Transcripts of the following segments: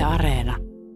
Areena.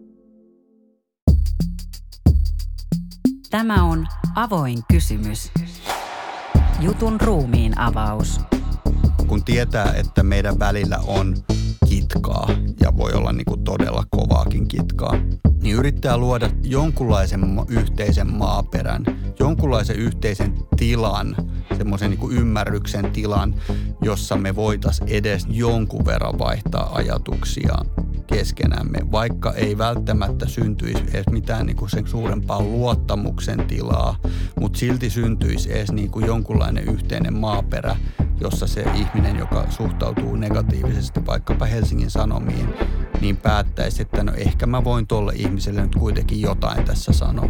Tämä on Avoin kysymys. Jutun ruumiin avaus. Kun tietää, että meidän välillä on kitkaa ja voi olla niin kuin todella kovaakin kitkaa, niin yrittää luoda jonkunlaisen yhteisen maaperän, jonkunlaisen yhteisen tilan, semmoisen niin kuin ymmärryksen tilan, jossa me voitaisiin edes jonkun verran vaihtaa ajatuksia keskenämme, vaikka ei välttämättä syntyisi edes mitään niin kuin sen suurempaa luottamuksen tilaa, mutta silti syntyisi edes niin kuin jonkunlainen yhteinen maaperä, jossa se ihminen, joka suhtautuu negatiivisesti vaikkapa Helsingin Sanomiin, niin päättäisi, että no ehkä mä voin tolle ihmiselle nyt kuitenkin jotain tässä sanoa.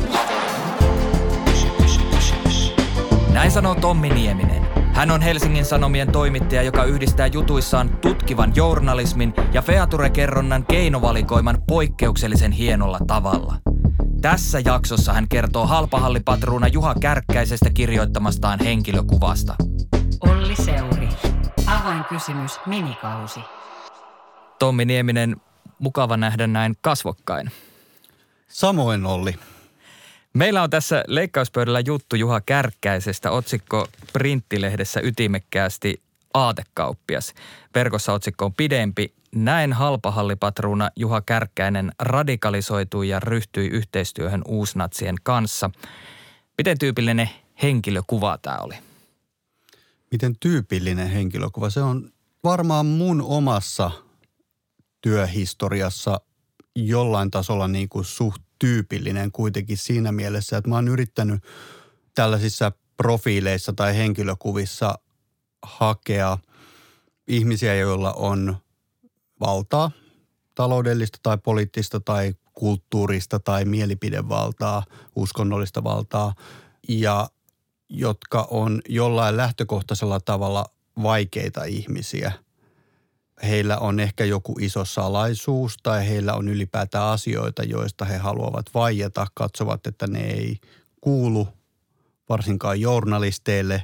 Näin sanoo Tommi Nieminen. Hän on Helsingin Sanomien toimittaja, joka yhdistää jutuissaan tutkivan journalismin ja feature-kerronnan keinovalikoiman poikkeuksellisen hienolla tavalla. Tässä jaksossa hän kertoo halpahallipatruuna Juha Kärkkäisestä kirjoittamastaan henkilökuvasta. Olli Seuri. Avoin kysymys minikausi. Tommi Nieminen, mukava nähdä näin kasvokkain. Samoin, Olli. Meillä on tässä leikkauspöydällä juttu Juha Kärkkäisestä, otsikko Printtilehdessä ytimekkäästi Aatekauppias. Verkossa otsikko on pidempi. Näin halpahallipatruuna Juha Kärkkäinen radikalisoitui ja ryhtyi yhteistyöhön uusnatsien kanssa. Miten tyypillinen henkilökuva tämä oli? Miten tyypillinen henkilökuva? Se on varmaan mun omassa työhistoriassa jollain tasolla niin kuin suht tyypillinen kuitenkin siinä mielessä, että mä oon yrittänyt tällaisissa profiileissa tai henkilökuvissa hakea ihmisiä, joilla on valtaa, taloudellista tai poliittista tai kulttuurista tai mielipidevaltaa, uskonnollista valtaa ja jotka on jollain lähtökohtaisella tavalla vaikeita ihmisiä. Heillä on ehkä joku iso salaisuus tai heillä on ylipäätään asioita, joista he haluavat vaieta, katsovat, että ne ei kuulu varsinkaan journalisteille.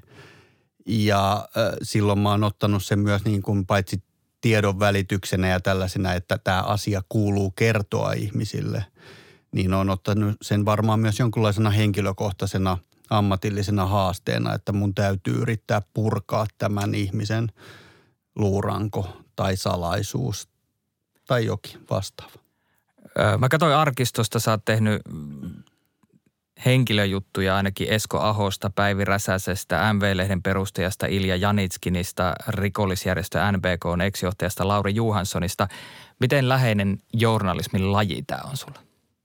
Ja silloin mä oon ottanut sen myös niin kuin paitsi tiedon välityksenä ja tällaisena, että tämä asia kuuluu kertoa ihmisille, niin on ottanut sen varmaan myös jonkinlaisena henkilökohtaisena ammatillisena haasteena, että mun täytyy yrittää purkaa tämän ihmisen luuranko tai salaisuus tai jokin vastaava. Mä katsoin arkistosta, sä oot tehnyt henkilöjuttuja ainakin Esko Ahosta, Päivi Räsäsestä, MV-lehden perustajasta Ilja Janitskinista, rikollisjärjestö NBK:n ex-johtajasta Lauri Johanssonista. Miten läheinen journalismin laji tämä on sulla?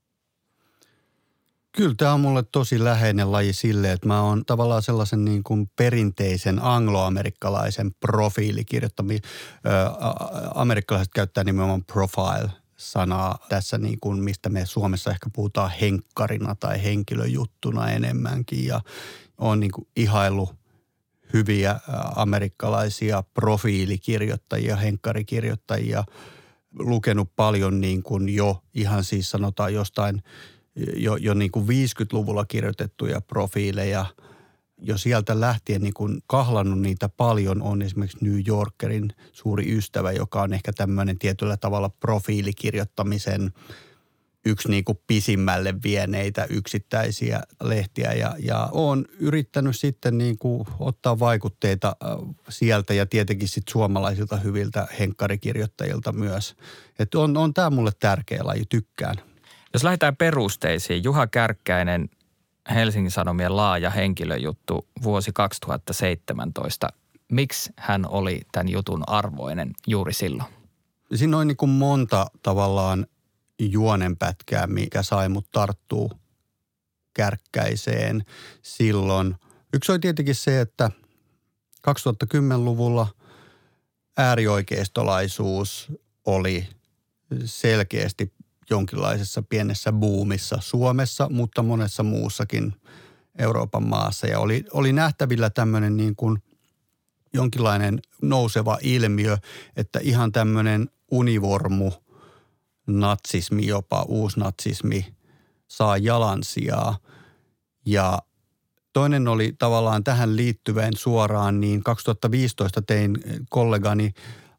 Kyllä tämä on mulle tosi läheinen laji silleen, että mä oon tavallaan sellaisen niin kuin perinteisen angloamerikkalaisen profiilikirjoittamisen. Amerikkalaiset käyttää nimenomaan profile-sanaa tässä niin kuin, mistä me Suomessa ehkä puhutaan henkkarina tai henkilöjuttuna enemmänkin. Ja oon niin kuin ihaillut hyviä amerikkalaisia profiilikirjoittajia, henkkarikirjoittajia, lukenut paljon niin kuin jo ihan siis sanotaan jostain jo niin kuin 50-luvulla kirjoitettuja profiileja. Jo sieltä lähtien niin kuin kahlannut niitä paljon on esimerkiksi New Yorkerin suuri ystävä, joka on ehkä tämmöinen tietyllä tavalla profiilikirjoittamisen yksi niin kuin pisimmälle vieneitä yksittäisiä lehtiä. Ja olen yrittänyt sitten niin kuin ottaa vaikutteita sieltä ja tietenkin sitten suomalaisilta hyviltä henkkarikirjoittajilta myös. Että on tämä mulle tärkeä laji, tykkään. Jos lähdetään perusteisiin, Juha Kärkkäinen, Helsingin Sanomien laaja henkilöjuttu vuosi 2017. Miksi hän oli tämän jutun arvoinen juuri silloin? Siinä on niin kuin monta tavallaan juonenpätkää, mikä sai mut tarttua Kärkkäiseen silloin. Yksi oli tietenkin se, että 2010-luvulla äärioikeistolaisuus oli selkeästi jonkinlaisessa pienessä buumissa Suomessa, mutta monessa muussakin Euroopan maassa. Ja oli nähtävillä tämmöinen niin kuin jonkinlainen nouseva ilmiö, että ihan tämmöinen univormu natsismi, jopa uusnatsismi saa jalansijaa. Ja toinen oli tavallaan tähän liittyvän suoraan, niin 2015 tein kollegani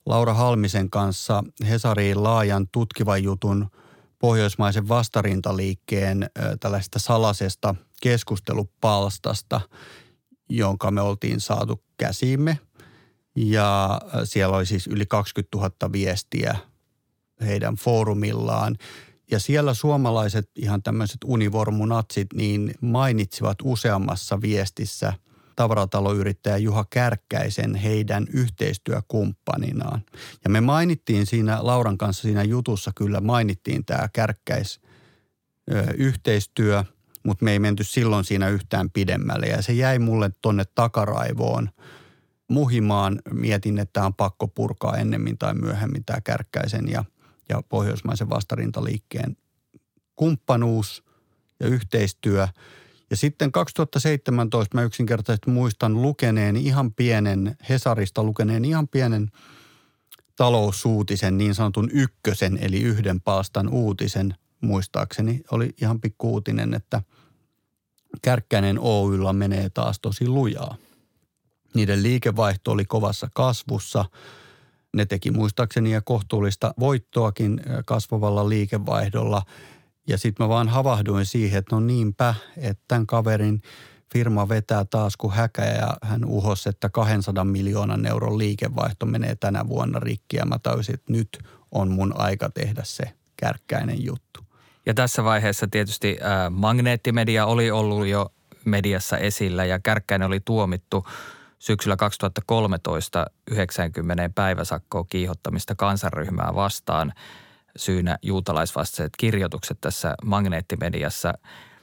Laura Halmisen kanssa Hesariin laajan tutkivan jutun pohjoismaisen vastarintaliikkeen tällaisesta salaisesta keskustelupalstasta, jonka me oltiin saatu käsiimme. Ja siellä oli siis yli 20 000 viestiä heidän foorumillaan. Ja siellä suomalaiset ihan tämmöiset univormunatsit niin mainitsivat useammassa viestissä tavarataloyrittäjä Juha Kärkkäisen heidän yhteistyökumppaninaan. Ja me mainittiin siinä Lauran kanssa siinä jutussa kyllä mainittiin tämä Kärkkäis-yhteistyö, mutta me ei menty silloin siinä yhtään pidemmälle. Ja se jäi mulle tonne takaraivoon muhimaan. Mietin, että tämä on pakko purkaa ennemmin tai myöhemmin tämä Kärkkäisen ja pohjoismaisen vastarintaliikkeen kumppanuus ja yhteistyö. Ja sitten 2017 mä yksinkertaisesti muistan lukeneeni Hesarista lukeneen ihan pienen talousuutisen, niin sanotun ykkösen, eli yhden palstan uutisen muistaakseni. Oli ihan pikku uutinen, että Kärkkäinen Oy:lla menee taas tosi lujaa. Niiden liikevaihto oli kovassa kasvussa. Ne teki muistaakseni ja kohtuullista voittoakin kasvavalla liikevaihdolla. Ja sitten mä vaan havahduin siihen, että no niinpä, että tämän kaverin firma vetää taas kuin häkä ja hän uhosi, että 200 miljoonan euron liikevaihto menee tänä vuonna rikki. Ja mä tajusin, että nyt on mun aika tehdä se Kärkkäinen juttu. Ja tässä vaiheessa tietysti Magneettimedia oli ollut jo mediassa esillä ja Kärkkäinen oli tuomittu syksyllä 2013 90 päiväsakkoa kiihottamista kansanryhmää vastaan. Syynä juutalaisvastaiset kirjoitukset tässä Magneettimediassa.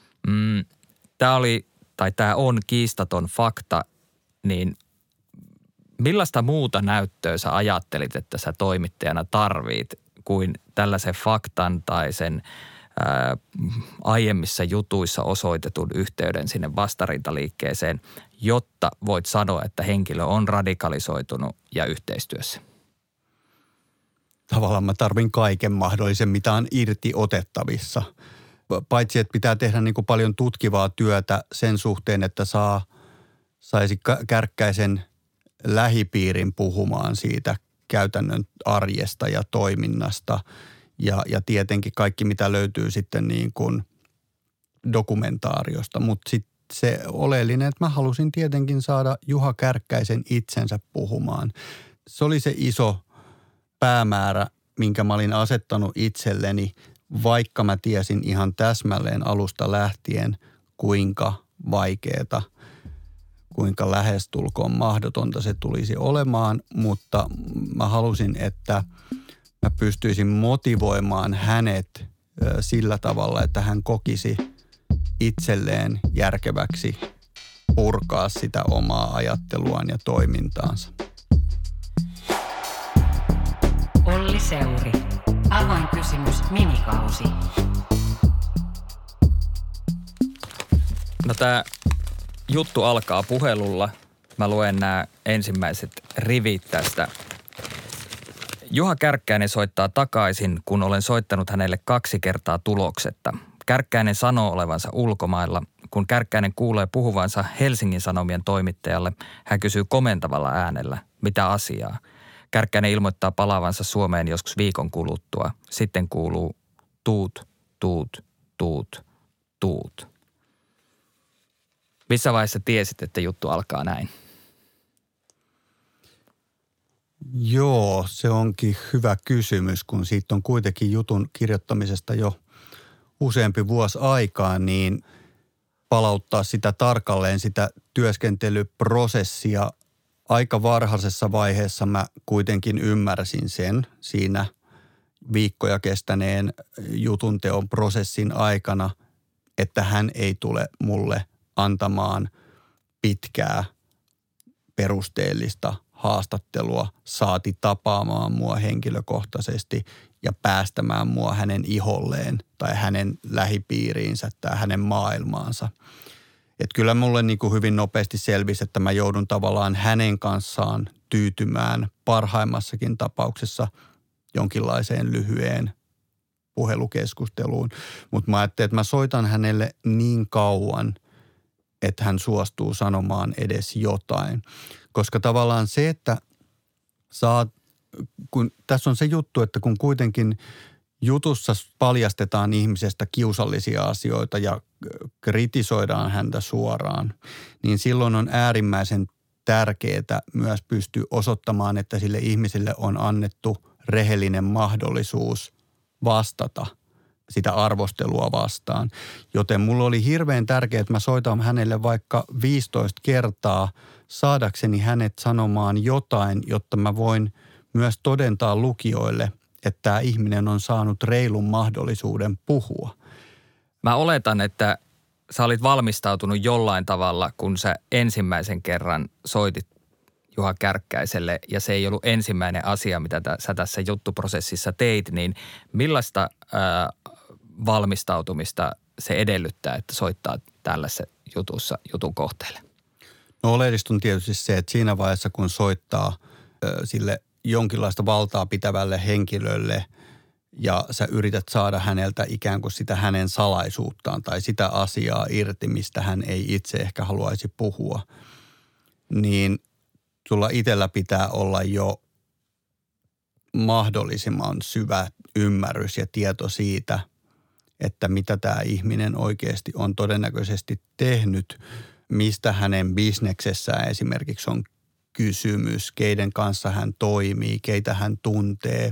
Tämä on kiistaton fakta, niin millaista muuta näyttöä sä ajattelit, että sä toimittajana tarvit kuin tällaisen faktan tai sen aiemmissa jutuissa osoitetun yhteyden sinne vastarintaliikkeeseen, jotta voit sanoa, että henkilö on radikalisoitunut ja yhteistyössä? Tavallaan mä tarvin kaiken mahdollisen, mitä on irti otettavissa. Paitsi, että pitää tehdä niin kuin paljon tutkivaa työtä sen suhteen, että saisi Kärkkäisen lähipiirin puhumaan siitä käytännön arjesta ja toiminnasta. Ja tietenkin kaikki, mitä löytyy sitten niin kuin dokumentaariosta. Mutta sitten se oleellinen, että mä halusin tietenkin saada Juha Kärkkäisen itsensä puhumaan. Se oli se iso päämäärä, minkä mä olin asettanut itselleni, vaikka mä tiesin ihan täsmälleen alusta lähtien, kuinka vaikeeta, kuinka lähestulkoon mahdotonta se tulisi olemaan, mutta mä halusin, että mä pystyisin motivoimaan hänet sillä tavalla, että hän kokisi itselleen järkeväksi purkaa sitä omaa ajatteluaan ja toimintaansa. Olli Seuri. Avainkysymys minikausi. No tämä juttu alkaa puhelulla. Mä luen nämä ensimmäiset rivit tästä. Juha Kärkkäinen soittaa takaisin, kun olen soittanut hänelle 2 kertaa tuloksetta. Kärkkäinen sanoo olevansa ulkomailla. Kun Kärkkäinen kuulee puhuvansa Helsingin Sanomien toimittajalle, hän kysyy komentavalla äänellä, mitä asiaa. Kärkkäinen ilmoittaa palaavansa Suomeen joskus viikon kuluttua. Sitten kuuluu tuut, tuut, tuut, tuut. Missä vaiheessa tiesit, että juttu alkaa näin? Joo, se onkin hyvä kysymys, kun siitä on kuitenkin jutun kirjoittamisesta jo useampi vuosi aikaa, niin palauttaa sitä tarkalleen, sitä työskentelyprosessia. Aika varhaisessa vaiheessa mä kuitenkin ymmärsin sen siinä viikkoja kestäneen jutunteon prosessin aikana, että hän ei tule mulle antamaan pitkää perusteellista haastattelua, saati tapaamaan mua henkilökohtaisesti ja päästämään mua hänen iholleen tai hänen lähipiiriinsä tai hänen maailmaansa. Että kyllä mulle niin kuin hyvin nopeasti selvisi, että mä joudun tavallaan hänen kanssaan tyytymään parhaimmassakin tapauksessa jonkinlaiseen lyhyeen puhelukeskusteluun. Mutta mä ajattelin, että mä soitan hänelle niin kauan, että hän suostuu sanomaan edes jotain. Koska tavallaan se, että saat kun tässä on se juttu, että kun kuitenkin jutussa paljastetaan ihmisestä kiusallisia asioita ja kritisoidaan häntä suoraan, niin silloin on äärimmäisen tärkeää myös pystyä osoittamaan, että sille ihmiselle on annettu rehellinen mahdollisuus vastata sitä arvostelua vastaan. Joten mulla oli hirveän tärkeää, että mä soitan hänelle vaikka 15 kertaa saadakseni hänet sanomaan jotain, jotta mä voin myös todentaa lukijoille, että tämä ihminen on saanut reilun mahdollisuuden puhua. Mä oletan, että sä olit valmistautunut jollain tavalla, kun sä ensimmäisen kerran soitit Juha Kärkkäiselle ja se ei ollut ensimmäinen asia, mitä sä tässä juttuprosessissa teit, niin millaista valmistautumista se edellyttää, että soittaa tällaisessa jutussa jutun kohteelle? No oleellista on tietysti se, että siinä vaiheessa kun soittaa sille jonkinlaista valtaa pitävälle henkilölle ja sä yrität saada häneltä ikään kuin sitä hänen salaisuuttaan tai sitä asiaa irti, mistä hän ei itse ehkä haluaisi puhua, niin sulla itsellä pitää olla jo mahdollisimman syvä ymmärrys ja tieto siitä, että mitä tämä ihminen oikeasti on todennäköisesti tehnyt, mistä hänen bisneksessään esimerkiksi on kysymys, keiden kanssa hän toimii, keitä hän tuntee,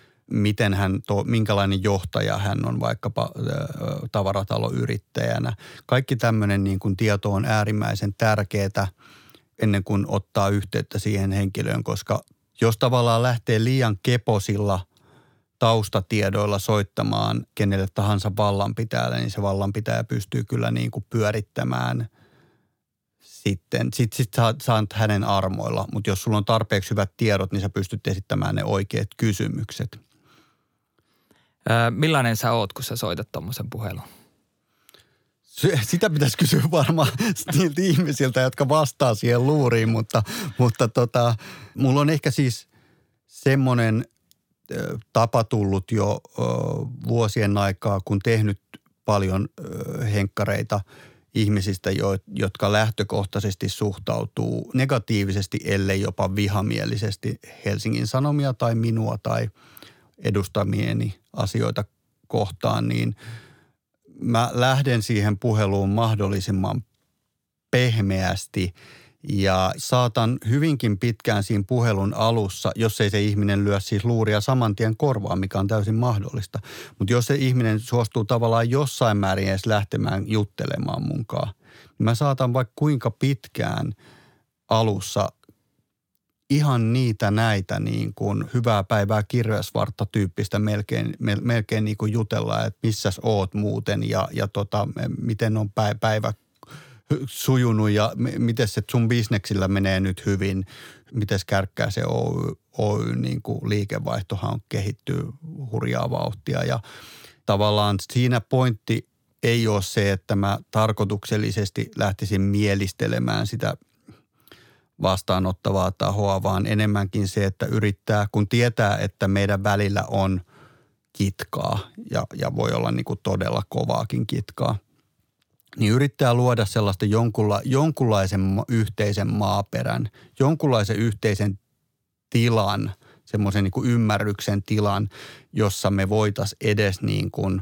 minkälainen johtaja hän on vaikkapa tavarataloyrittäjänä. Kaikki tämmöinen niin kuin tieto on äärimmäisen tärkeää ennen kuin ottaa yhteyttä siihen henkilöön, koska jos tavallaan lähtee liian keposilla taustatiedoilla soittamaan kenelle tahansa vallanpitäjälle, niin se vallanpitäjä pystyy kyllä niin kuin pyörittämään sitten saat hänen armoilla, mutta jos sulla on tarpeeksi hyvät tiedot, niin sä pystyt esittämään ne oikeat kysymykset. Millainen sä oot, kun sä soitat tommosen puhelun? Sitä pitäisi kysyä varmaan niiltä ihmisiltä, jotka vastaa siihen luuriin, mutta mulla on ehkä siis semmoinen tapa tullut jo vuosien aikaa, kun tehnyt paljon henkkareita ihmisistä, jotka lähtökohtaisesti suhtautuu negatiivisesti, ellei jopa vihamielisesti Helsingin Sanomia tai minua tai edustamieni asioita kohtaan, niin mä lähden siihen puheluun mahdollisimman pehmeästi ja saatan hyvinkin pitkään siinä puhelun alussa, jos ei se ihminen lyö siis luuria saman tien korvaan, mikä on täysin mahdollista. Mutta jos se ihminen suostuu tavallaan jossain määrin edes lähtemään juttelemaan munkaan, niin mä saatan vaikka kuinka pitkään alussa ihan näitä niin kuin hyvää päivää Kirvesvartta -tyyppistä melkein niin kuin jutella, että missäs oot muuten ja miten on päivä sujunut ja miten se sun bisneksillä menee nyt hyvin, miten Kärkkäisen Oy niin kuin liikevaihtohan kehittyy hurjaa vauhtia ja tavallaan siinä pointti ei ole se, että mä tarkoituksellisesti lähtisin mielistelemään sitä vastaanottavaa tahoa, vaan enemmänkin se, että yrittää, kun tietää, että meidän välillä on kitkaa ja voi olla niin kuin todella kovaakin kitkaa, niin yrittää luoda sellaista jonkunlaisen yhteisen maaperän, jonkunlaisen yhteisen tilan, semmoisen niin kuin ymmärryksen tilan, jossa me voitaisiin edes niin kuin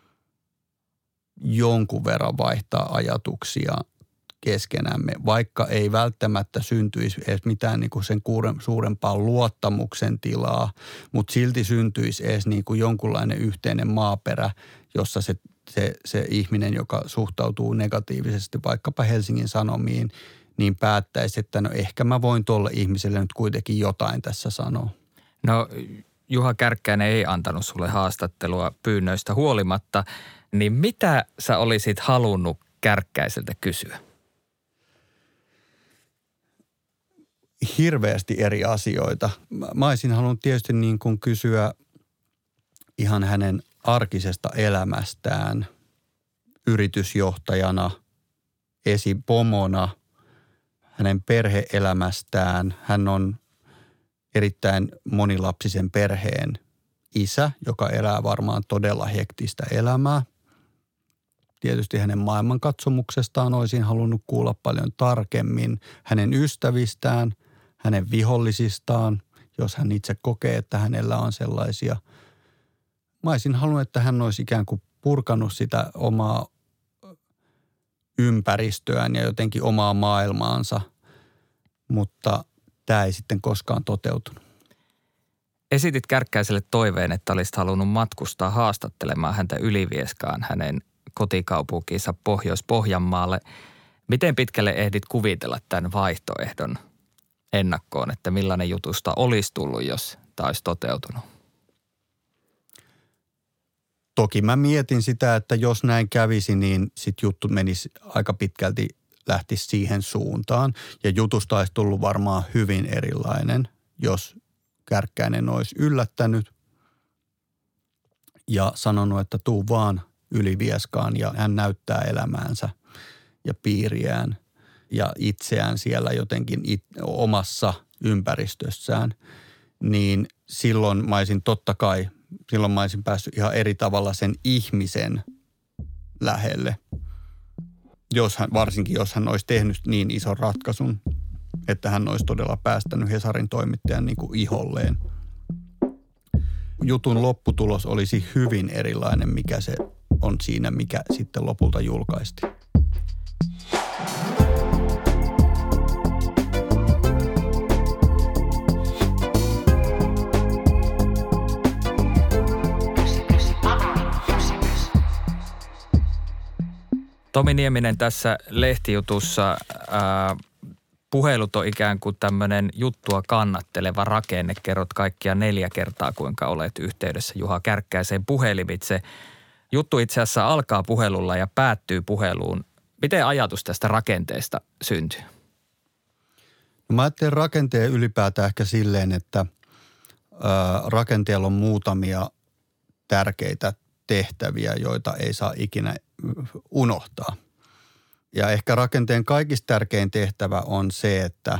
jonkun verran vaihtaa ajatuksia keskenämme, vaikka ei välttämättä syntyisi edes mitään niin kuin sen suurempaa luottamuksen tilaa, mutta silti syntyisi edes niin kuin jonkunlainen yhteinen maaperä, jossa se ihminen, joka suhtautuu negatiivisesti vaikkapa Helsingin Sanomiin, niin päättäisi, että no ehkä mä voin tuolle ihmiselle nyt kuitenkin jotain tässä sanoa. No Juha Kärkkäinen ei antanut sulle haastattelua pyynnöistä huolimatta, niin mitä sä olisit halunnut Kärkkäiseltä kysyä? Hirveästi eri asioita. Mä olisin halunnut tietysti niin kuin kysyä ihan hänen arkisesta elämästään, yritysjohtajana, esipomona, hänen perhe-elämästään. Hän on erittäin monilapsisen perheen isä, joka elää varmaan todella hektistä elämää. Tietysti hänen maailmankatsomuksestaan olisin halunnut kuulla paljon tarkemmin, hänen ystävistään, hänen vihollisistaan jos hän itse kokee, että hänellä on sellaisia. Mä olisin halunnut, että hän olisi ikään kuin purkanut sitä omaa ympäristöään ja jotenkin omaa maailmaansa, mutta tämä ei sitten koskaan toteutunut. Esitit Kärkkäiselle toiveen, että olisit halunnut matkustaa haastattelemaan häntä Ylivieskaan hänen kotikaupunkiinsa Pohjois-Pohjanmaalle. Miten pitkälle ehdit kuvitella tämän vaihtoehdon ennakkoon, että millainen jutusta olisi tullut, jos tämä olisi toteutunut? Toki mä mietin sitä, että jos näin kävisi, niin sitten juttu menisi aika pitkälti lähtisi siihen suuntaan. Ja jutusta olisi tullut varmaan hyvin erilainen, jos Kärkkäinen olisi yllättänyt ja sanonut, että tuu vaan Ylivieskaan, ja hän näyttää elämäänsä ja piiriään ja itseään siellä jotenkin omassa ympäristössään, niin silloin mä olisin päässyt ihan eri tavalla sen ihmisen lähelle, varsinkin jos hän olisi tehnyt niin ison ratkaisun, että hän olisi todella päästänyt Hesarin toimittajan niin kuin iholleen. Jutun lopputulos olisi hyvin erilainen, mikä se on siinä, mikä sitten lopulta julkaistiin. Tomi Nieminen, tässä lehtijutussa puhelut on ikään kuin tämmöinen juttua kannatteleva rakenne. Kerrot kaikkia 4 kertaa, kuinka olet yhteydessä Juha Kärkkäiseen puhelimitse. Juttu itse asiassa alkaa puhelulla ja päättyy puheluun. Miten ajatus tästä rakenteesta syntyy? No mä ajattelen rakenteen ylipäätään ehkä silleen, että rakenteella on muutamia tärkeitä tehtäviä, joita ei saa ikinä unohtaa. Ja ehkä rakenteen kaikista tärkein tehtävä on se, että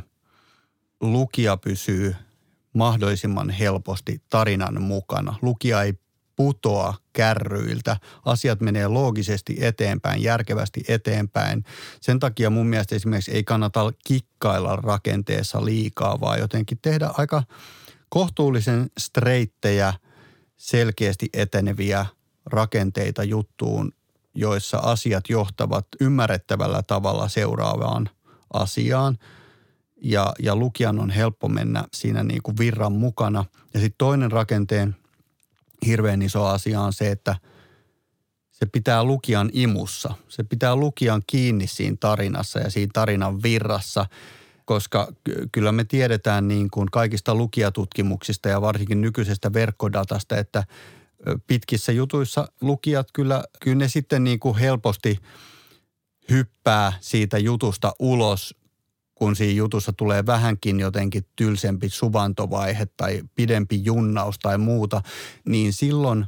lukija pysyy mahdollisimman helposti tarinan mukana. Lukija ei putoa kärryiltä. Asiat menee loogisesti eteenpäin, järkevästi eteenpäin. Sen takia mun mielestä esimerkiksi ei kannata kikkailla rakenteessa liikaa, vaan jotenkin tehdä aika kohtuullisen streittejä, selkeästi eteneviä rakenteita juttuun, joissa asiat johtavat ymmärrettävällä tavalla seuraavaan asiaan. Ja lukijan on helppo mennä siinä niin kuin virran mukana. Ja sitten toinen rakenteen hirveän iso asia on se, että se pitää lukijan imussa. Se pitää lukijan kiinni siinä tarinassa ja siinä tarinan virrassa, koska kyllä me tiedetään niin kuin kaikista lukijatutkimuksista ja varsinkin nykyisestä verkkodatasta, että pitkissä jutuissa lukijat kyllä ne sitten niin kuin helposti hyppää siitä jutusta ulos, kun siinä jutussa tulee vähänkin jotenkin tylsempi suvantovaihe tai pidempi junnaus tai muuta, niin silloin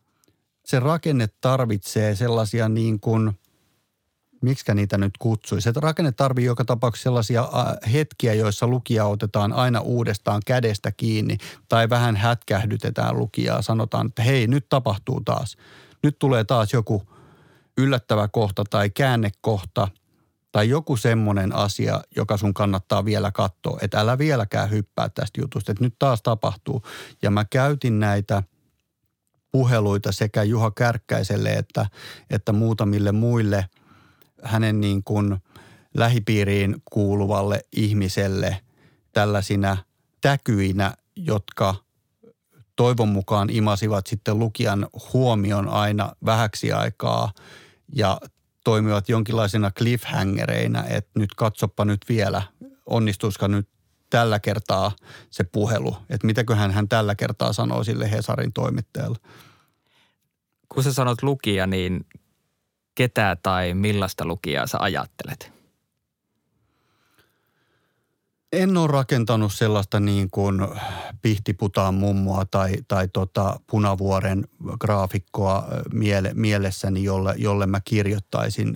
se rakenne tarvitsee sellaisia niin kuin, miksikä niitä nyt kutsuisi. Se rakenne tarvitsee joka tapauksessa sellaisia hetkiä, joissa lukija otetaan aina uudestaan kädestä kiinni tai vähän hätkähdytetään lukijaa. Sanotaan, että hei, nyt tapahtuu taas. Nyt tulee taas joku yllättävä kohta tai käännekohta tai joku semmoinen asia, joka sun kannattaa vielä katsoa. Että älä vieläkään hyppää tästä jutusta, että nyt taas tapahtuu. Ja mä käytin näitä puheluita sekä Juha Kärkkäiselle että muutamille muille hänen niin kuin lähipiiriin kuuluvalle ihmiselle tällaisina täkyinä, jotka toivon mukaan imasivat sitten lukijan huomion aina vähäksi aikaa ja toimivat jonkinlaisena cliffhangereina, että nyt katsoppa nyt vielä, onnistuisiko nyt tällä kertaa se puhelu, että mitäköhän hän tällä kertaa sanoo sille Hesarin toimittajalle. Kun sä sanot lukija, niin ketä tai millaista lukijaa sä ajattelet? En ole rakentanut sellaista niin kuin Pihtiputaan mummoa tai Punavuoren graafikkoa mielessäni, jolle mä kirjoittaisin,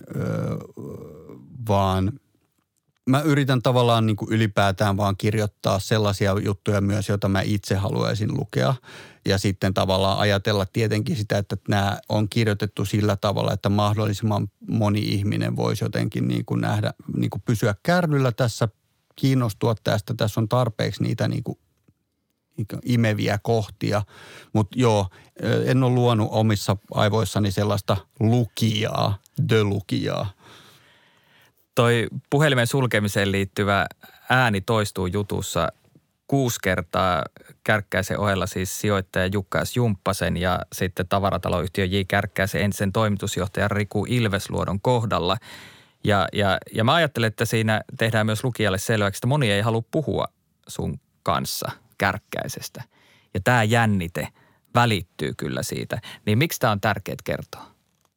vaan mä yritän tavallaan niin kuin ylipäätään vaan kirjoittaa sellaisia juttuja myös, joita mä itse haluaisin lukea. Ja sitten tavallaan ajatella tietenkin sitä, että nämä on kirjoitettu sillä tavalla, että mahdollisimman moni ihminen voisi jotenkin niin kuin nähdä, niin kuin pysyä kärryllä tässä, kiinnostua tästä. Tässä on tarpeeksi niitä niin kuin imeviä kohtia. Mutta joo, en ole luonut omissa aivoissani sellaista lukijaa, lukijaa. Toi puhelimen sulkemiseen liittyvä ääni toistuu jutussa 6 kertaa Kärkkäisen ohella, siis sijoittaja Jukka S. Jumppasen ja sitten tavarataloyhtiö J. Kärkkäisen entisen toimitusjohtajan Riku Ilvesluodon kohdalla. Ja mä ajattelen, että siinä tehdään myös lukijalle selväksi, että moni ei halua puhua sun kanssa Kärkkäisestä. Ja tämä jännite välittyy kyllä siitä. Niin miksi tämä on tärkeää kertoa?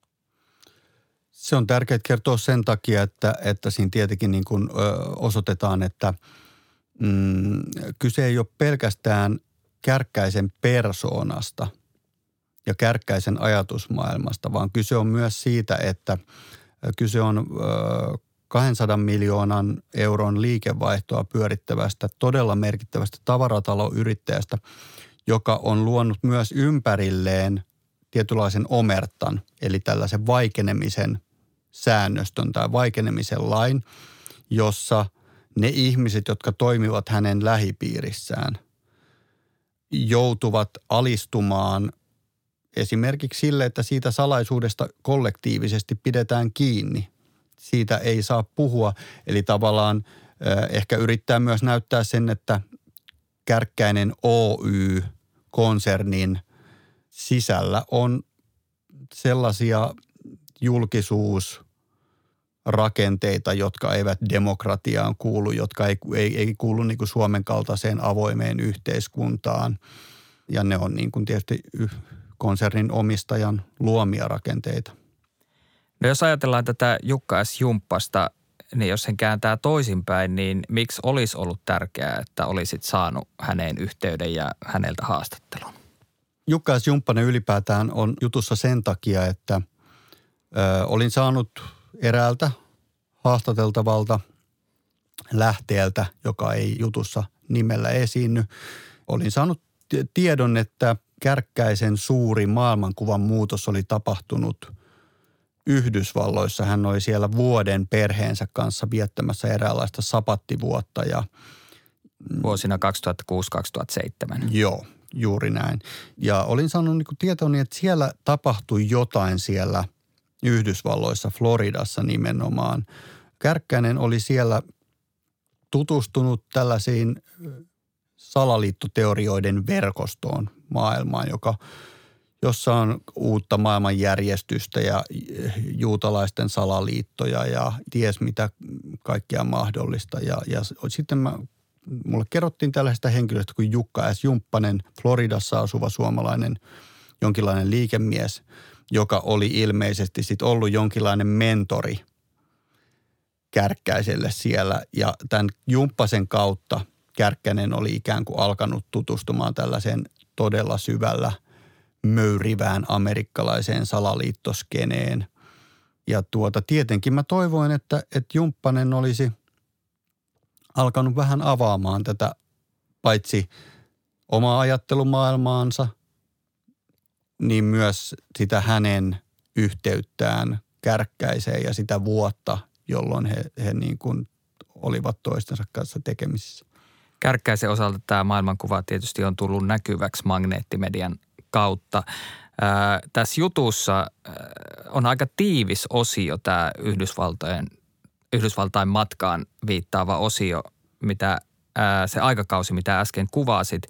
Se on tärkeää kertoa sen takia, että siinä tietenkin niin kuin osoitetaan, että kyse ei ole pelkästään Kärkkäisen persoonasta ja Kärkkäisen ajatusmaailmasta, vaan kyse on myös siitä, että kyse on 200 miljoonan euron liikevaihtoa pyörittävästä todella merkittävästä tavarataloyrittäjästä, joka on luonut myös ympärilleen tietynlaisen omertan, eli tällaisen vaikenemisen säännöstön tai vaikenemisen lain, jossa ne ihmiset, jotka toimivat hänen lähipiirissään, joutuvat alistumaan esimerkiksi sille, että siitä salaisuudesta kollektiivisesti pidetään kiinni. Siitä ei saa puhua, eli tavallaan ehkä yrittää myös näyttää sen, että Kärkkäinen Oy-konsernin sisällä on sellaisia julkisuusrakenteita, jotka eivät demokratiaan kuulu, jotka ei kuulu niin kuin Suomen kaltaiseen avoimeen yhteiskuntaan. Ja ne on niin kuin tietysti konsernin omistajan luomia rakenteita. No jos ajatellaan tätä Jukka S. Jumppasta, niin jos sen kääntää toisinpäin, niin miksi olisi ollut tärkeää, että olisit saanut häneen yhteyden ja häneltä haastattelun? Jukka S. Jumppanen ylipäätään on jutussa sen takia, että olin saanut eräältä haastateltavalta lähteeltä, joka ei jutussa nimellä esiinny. Olin saanut tiedon, että Kärkkäisen suuri maailmankuvan muutos oli tapahtunut Yhdysvalloissa. Hän oli siellä vuoden perheensä kanssa viettämässä eräänlaista sapattivuotta. Vuosina 2006-2007. Joo, juuri näin. Ja olin saanut niin kuin tietoni, että siellä tapahtui jotain siellä Yhdysvalloissa, Floridassa nimenomaan. Kärkkäinen oli siellä tutustunut tällaisiin salaliittoteorioiden verkostoon maailmaan, jossa on uutta maailmanjärjestystä ja juutalaisten salaliittoja ja ties mitä kaikkea mahdollista. Ja sitten mulle kerrottiin tällaisesta henkilöstä kuin Jukka S. Jumppanen, Floridassa asuva suomalainen jonkinlainen liikemies, joka oli ilmeisesti sitten ollut jonkinlainen mentori Kärkkäiselle siellä. Ja tämän Jumppasen kautta Kärkkäinen oli ikään kuin alkanut tutustumaan tällaiseen todella syvällä möyrivään amerikkalaiseen salaliittoskeneen. Ja tietenkin mä toivoin, että Jumppanen olisi alkanut vähän avaamaan tätä paitsi omaa ajattelumaailmaansa, niin myös sitä hänen yhteyttään Kärkkäiseen ja sitä vuotta, jolloin he niin kuin olivat toistensa kanssa tekemisissä. Kärkkäisen osalta tämä maailmankuva tietysti on tullut näkyväksi magneettimedian kautta. Tässä jutussa on aika tiivis osio tämä Yhdysvaltain matkaan viittaava osio, mitä se aikakausi, mitä äsken kuvasit.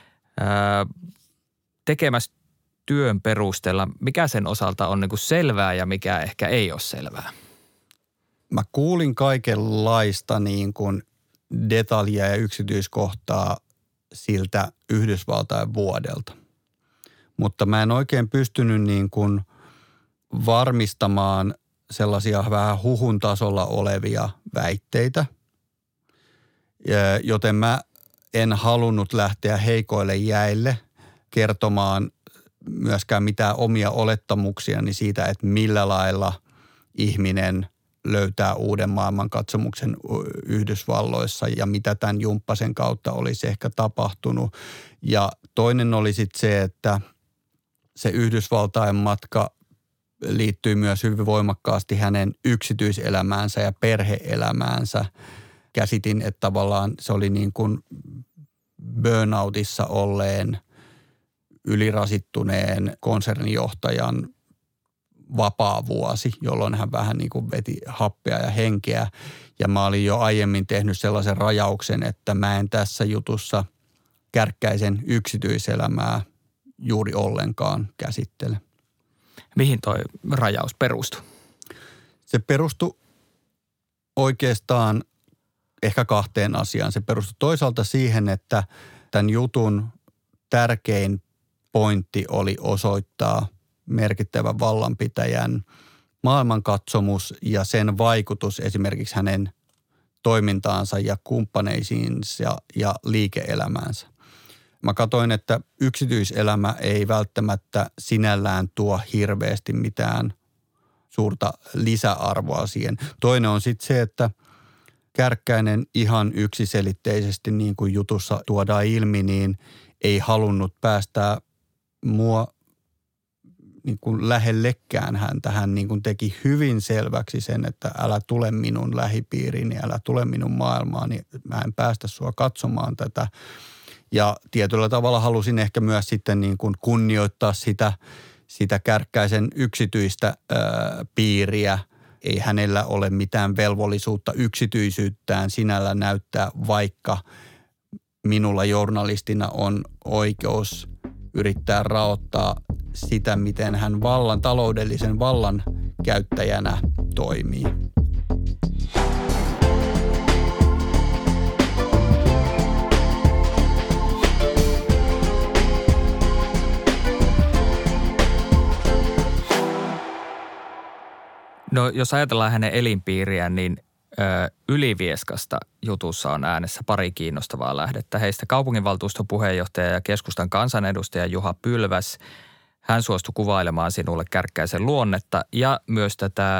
Tekemässä työn perusteella, mikä sen osalta on niin kuin selvää ja mikä ehkä ei ole selvää? Mä kuulin kaikenlaista niin kuin detaljia ja yksityiskohtaa siltä Yhdysvaltain vuodelta. Mutta mä en oikein pystynyt niin kuin varmistamaan sellaisia vähän huhun tasolla olevia väitteitä, joten mä en halunnut lähteä heikoille jäille kertomaan myöskään mitään omia olettamuksiani siitä, että millä lailla ihminen löytää uuden maailmankatsomuksen Yhdysvalloissa ja mitä tämän Jumppasen kautta olisi ehkä tapahtunut. Ja toinen oli sitten se, että se Yhdysvaltain matka liittyy myös hyvin voimakkaasti hänen yksityiselämäänsä ja perhe-elämäänsä. Käsitin, että tavallaan se oli niin kuin burnoutissa olleen ylirasittuneen konsernijohtajan vapaavuosi, jolloin hän vähän niin kuin veti happea ja henkeä. Ja mä olin jo aiemmin tehnyt sellaisen rajauksen, että mä en tässä jutussa Kärkkäisen yksityiselämää juuri ollenkaan käsittele. Mihin toi rajaus perustui? Se perustui oikeastaan ehkä kahteen asiaan. Se perustui toisaalta siihen, että tämän jutun tärkein pointti oli osoittaa merkittävän vallanpitäjän maailmankatsomus ja sen vaikutus esimerkiksi hänen toimintaansa ja kumppaneisiinsa ja liike-elämäänsä. Mä katsoin, että yksityiselämä ei välttämättä sinällään tuo hirveästi mitään suurta lisäarvoa siihen. Toinen on sitten se, että Kärkkäinen ihan yksiselitteisesti, niin kuin jutussa tuodaan ilmi, niin ei halunnut päästää mua niin kuin lähellekään häntä. Hän niin kuin teki hyvin selväksi sen, että älä tule minun lähipiiriini, älä tule minun maailmaani, mä en päästä sua katsomaan tätä. Ja tietyllä tavalla halusin ehkä myös sitten niin kuin kunnioittaa sitä Kärkkäisen yksityistä piiriä. Ei hänellä ole mitään velvollisuutta yksityisyyttään sinällä näyttää, vaikka minulla journalistina on oikeus yrittää raottaa sitä, miten hän taloudellisen vallan käyttäjänä toimii. No jos ajatellaan hänen elinpiiriään, niin Ylivieskasta jutussa on äänessä pari kiinnostavaa lähdettä. Heistä kaupunginvaltuuston puheenjohtaja ja keskustan kansanedustaja Juha Pylväs. Hän suostui kuvailemaan sinulle Kärkkäisen luonnetta ja myös tätä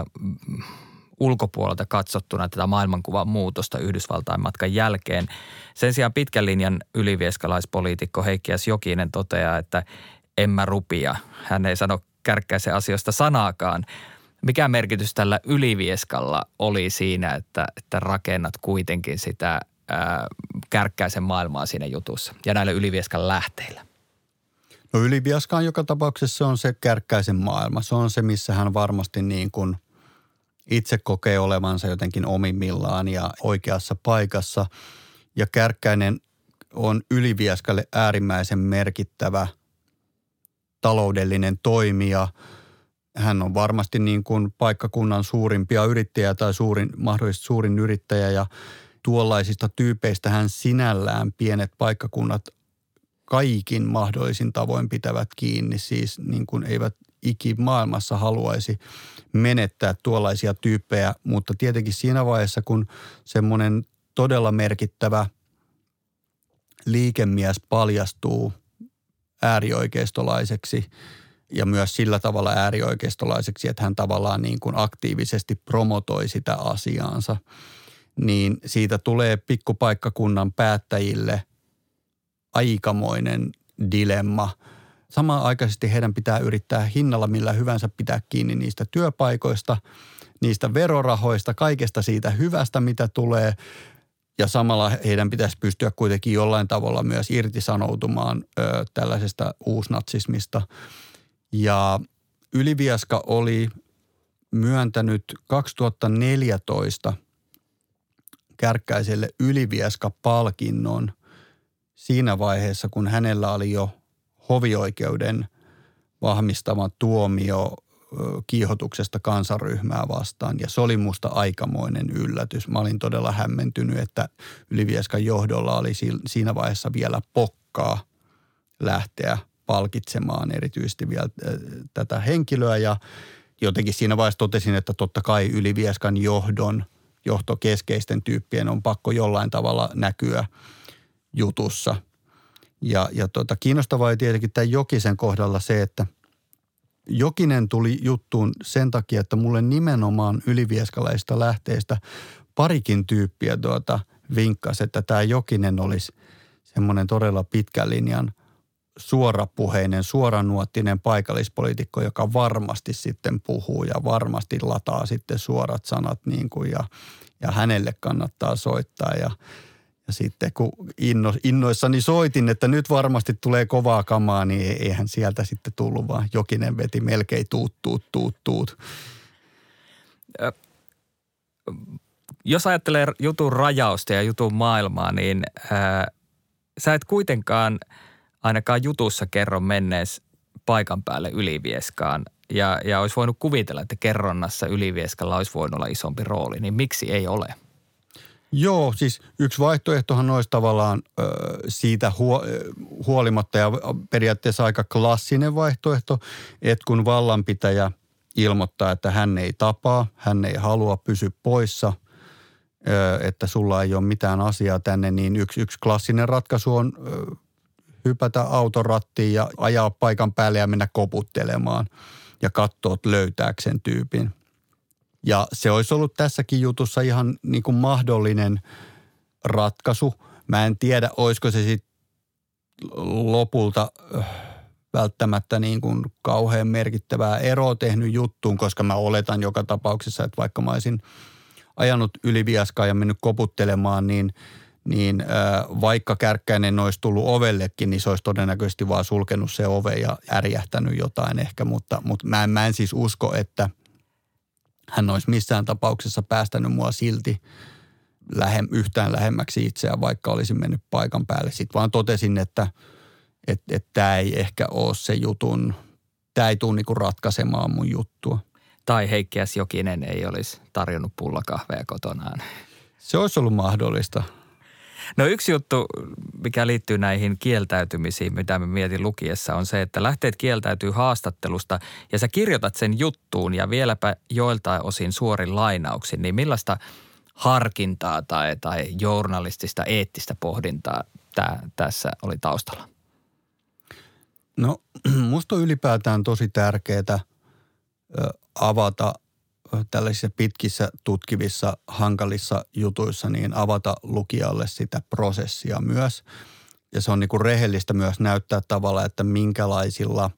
ulkopuolelta katsottuna tätä maailmankuvan muutosta Yhdysvaltain matkan jälkeen. Sen sijaan pitkän linjan ylivieskalaispoliitikko Heikki S. Jokinen toteaa, että en mä rupia. Hän ei sano Kärkkäisen asioista sanaakaan. Mikä merkitys tällä Ylivieskalla oli siinä, että rakennat kuitenkin sitä Kärkkäisen maailmaa siinä jutussa ja näillä Ylivieskan lähteillä? No Ylivieska on joka tapauksessa on se Kärkkäisen maailma. Se on se, missä hän varmasti niin kuin itse kokee olevansa jotenkin omimmillaan ja oikeassa paikassa. Ja Kärkkäinen on Ylivieskalle äärimmäisen merkittävä taloudellinen toimija. Hän on varmasti niin kuin paikkakunnan suurimpia yrittäjiä tai mahdollisesti suurin yrittäjä ja tuollaisista tyypeistä hän sinällään pienet paikkakunnat kaikin mahdollisin tavoin pitävät kiinni. Siis niin kuin eivät ikimaailmassa haluaisi menettää tuollaisia tyyppejä, mutta tietenkin siinä vaiheessa, kun semmoinen todella merkittävä liikemies paljastuu äärioikeistolaiseksi ja myös sillä tavalla äärioikeistolaiseksi, että hän tavallaan niin kuin aktiivisesti promotoi sitä asiaansa, niin siitä tulee pikkupaikkakunnan päättäjille aikamoinen dilemma. Samanaikaisesti heidän pitää yrittää hinnalla millä hyvänsä pitää kiinni niistä työpaikoista, niistä verorahoista, kaikesta siitä hyvästä, mitä tulee. Ja samalla heidän pitäisi pystyä kuitenkin jollain tavalla myös irtisanoutumaan tällaisesta uusnatsismista. Ja Ylivieska oli myöntänyt 2014 Kärkkäiselle Ylivieska-palkinnon siinä vaiheessa, kun hänellä oli jo hovioikeuden vahvistama tuomio kiihotuksesta kansanryhmää vastaan. Ja se oli musta aikamoinen yllätys. Mä olin todella hämmentynyt, että Ylivieskan johdolla oli siinä vaiheessa vielä pokkaa lähteä palkitsemaan erityisesti vielä tätä henkilöä. Ja jotenkin siinä vaiheessa totesin, että totta kai Ylivieskan johtokeskeisten tyyppien on pakko jollain tavalla näkyä jutussa. Ja kiinnostavaa oli tietenkin tämän Jokisen kohdalla se, että Jokinen tuli juttuun sen takia, että mulle nimenomaan ylivieskalaisista lähteistä parikin tyyppiä vinkkasi, että tämä Jokinen olisi semmoinen todella pitkän linjan suorapuheinen, suoranuottinen paikallispoliitikko, joka varmasti sitten puhuu ja varmasti lataa sitten suorat sanat niin kuin ja hänelle kannattaa soittaa. Ja Ja sitten kun innoissani soitin, että nyt varmasti tulee kovaa kamaa, niin eihän sieltä sitten tullut, vaan Jokinen veti melkein tuut. Jos ajattelee jutun rajausta ja jutun maailmaa, niin sä et kuitenkaan ainakaan jutussa kerro mennees paikan päälle Ylivieskaan. Ja olisi voinut kuvitella, että kerronnassa Ylivieskalla olisi voinut olla isompi rooli, niin miksi ei ole? Joo, siis yksi vaihtoehtohan olisi tavallaan siitä huolimatta ja periaatteessa aika klassinen vaihtoehto, että kun vallanpitäjä ilmoittaa, että hän ei tapaa, hän ei halua pysyä poissa, että sulla ei ole mitään asiaa tänne, niin yksi klassinen ratkaisu on hypätä auton rattiin ja ajaa paikan päälle ja mennä koputtelemaan ja katsoa, löytääkö sen tyypin. Ja se olisi ollut tässäkin jutussa ihan niin kuin mahdollinen ratkaisu. Mä en tiedä, olisiko se sitten lopulta välttämättä niin kuin kauhean merkittävää eroa tehnyt juttuun, koska mä oletan joka tapauksessa, että vaikka mä olisin ajanut Ylivieskaan ja mennyt koputtelemaan, niin vaikka Kärkkäinen olisi tullut ovellekin, niin se olisi todennäköisesti vaan sulkenut se ove ja ärjähtänyt jotain ehkä, mutta mä en siis usko, että hän olisi missään tapauksessa päästänyt mua silti yhtään lähemmäksi itseään, vaikka olisin mennyt paikan päälle. Sitten vaan totesin, että tämä ei ehkä ole se jutun, tämä ei tule niinku ratkaisemaan mun juttua. Tai Heikki S. Jokinen ei olisi tarjonnut pullakahveja kotonaan. Se olisi ollut mahdollista. No yksi juttu, mikä liittyy näihin kieltäytymisiin, mitä mä mietin lukiessa, on se, että lähteet kieltäytyy haastattelusta ja sä kirjoitat sen juttuun ja vieläpä joiltain osin suorin lainauksin, niin millaista harkintaa tai journalistista, eettistä pohdintaa tässä oli taustalla? No musta on ylipäätään tosi tärkeää avata tällaisissa pitkissä, tutkivissa, hankalissa jutuissa, niin avata lukijalle sitä prosessia myös. Ja se on niin kuin rehellistä myös näyttää tavalla, että minkälaisilla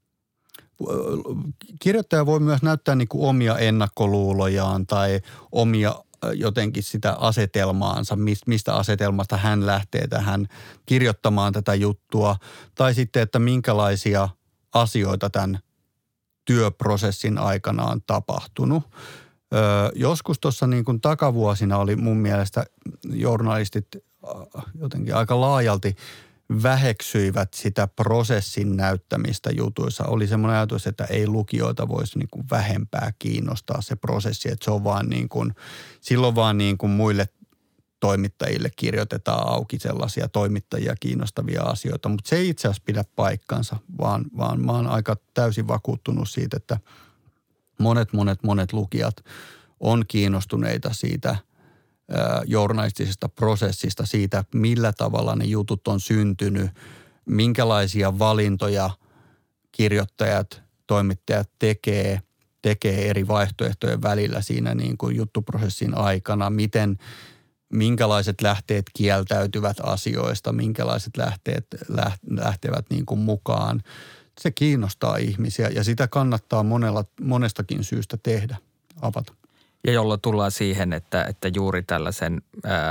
kirjoittaja voi myös näyttää niin kuin omia ennakkoluulojaan tai omia jotenkin sitä asetelmaansa, mistä asetelmasta hän lähtee tähän kirjoittamaan tätä juttua. Tai sitten, että minkälaisia asioita tämän työprosessin aikana on tapahtunut. Joskus tuossa niin kuin takavuosina oli mun mielestä journalistit jotenkin aika laajalti väheksyivät sitä prosessin näyttämistä jutuissa. Oli semmoinen ajatus, että ei lukijoita voisi niin kuin vähempää kiinnostaa se prosessi, että se on vaan niin kuin, silloin vaan niin kuin muille toimittajille kirjoitetaan auki sellaisia toimittajia kiinnostavia asioita, mutta se ei itse asiassa pidä paikkansa, vaan mä oon aika täysin vakuuttunut siitä, että monet lukijat on kiinnostuneita siitä journalistisesta prosessista, siitä millä tavalla ne jutut on syntynyt, minkälaisia valintoja kirjoittajat, toimittajat tekee eri vaihtoehtojen välillä siinä niin kuin juttuprosessin aikana, minkälaiset lähteet kieltäytyvät asioista, minkälaiset lähteet lähtevät niin kuin mukaan. Se kiinnostaa ihmisiä ja sitä kannattaa monestakin syystä tehdä, avata. Ja jolloin tullaan siihen, että juuri tällaisen